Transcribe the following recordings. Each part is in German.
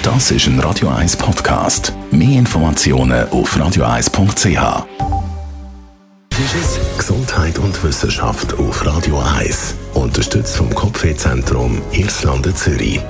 Das ist ein Radio 1 Podcast. Mehr Informationen auf radio1.ch. Gesundheit und Wissenschaft auf Radio 1. Unterstützt vom Kopfwehzentrum Irlande Zürich.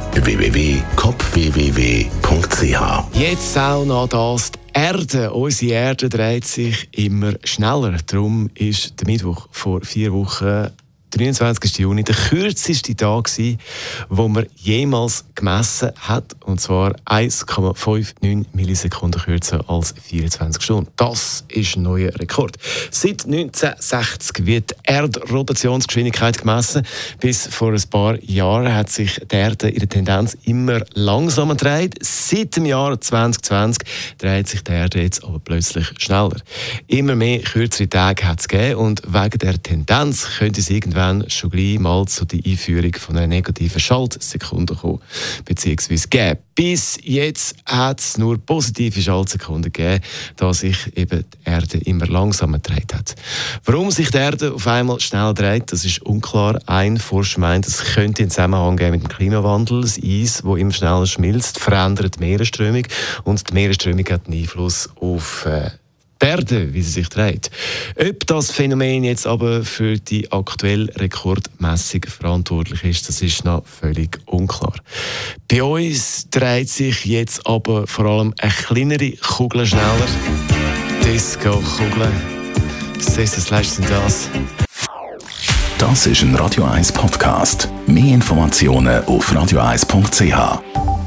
www.kopfwww.ch. Jetzt auch noch das. Die Erde. Unsere Erde dreht sich immer schneller. Darum ist der Mittwoch vor 4 Wochen, 23. Juni, der kürzeste Tag gewesen, wo man jemals gemessen hat. Und zwar 1,59 Millisekunden kürzer als 24 Stunden. Das ist ein neuer Rekord. Seit 1960 wird die Erdrotationsgeschwindigkeit gemessen. Bis vor ein paar Jahren hat sich die Erde in der Tendenz immer langsamer gedreht. Seit dem Jahr 2020 dreht sich die Erde jetzt aber plötzlich schneller. Immer mehr kürzere Tage hat es gegeben und wegen der Tendenz könnte es irgendwann schon gleich mal zu der Einführung von einer negativen Schaltsekunde kommen, beziehungsweise geben. Bis jetzt hat es nur positive Schaltsekunden gegeben, da sich eben die Erde immer langsamer gedreht hat. Warum sich die Erde auf einmal schnell dreht, das ist unklar. Ein Forscher meint, es könnte einen Zusammenhang geben mit dem Klimawandel. Das Eis, das immer schneller schmilzt, verändert die Meeresströmung und die Meeresströmung hat einen Einfluss auf die Erde, wie sie sich dreht. Ob das Phänomen jetzt aber für die aktuelle Rekordmessung verantwortlich ist, das ist noch völlig unklar. Bei uns dreht sich jetzt aber vor allem eine kleinere Kugel schneller. Disco-Kugel. Das letzte das. Das ist ein Radio 1 Podcast. Mehr Informationen auf radio1.ch.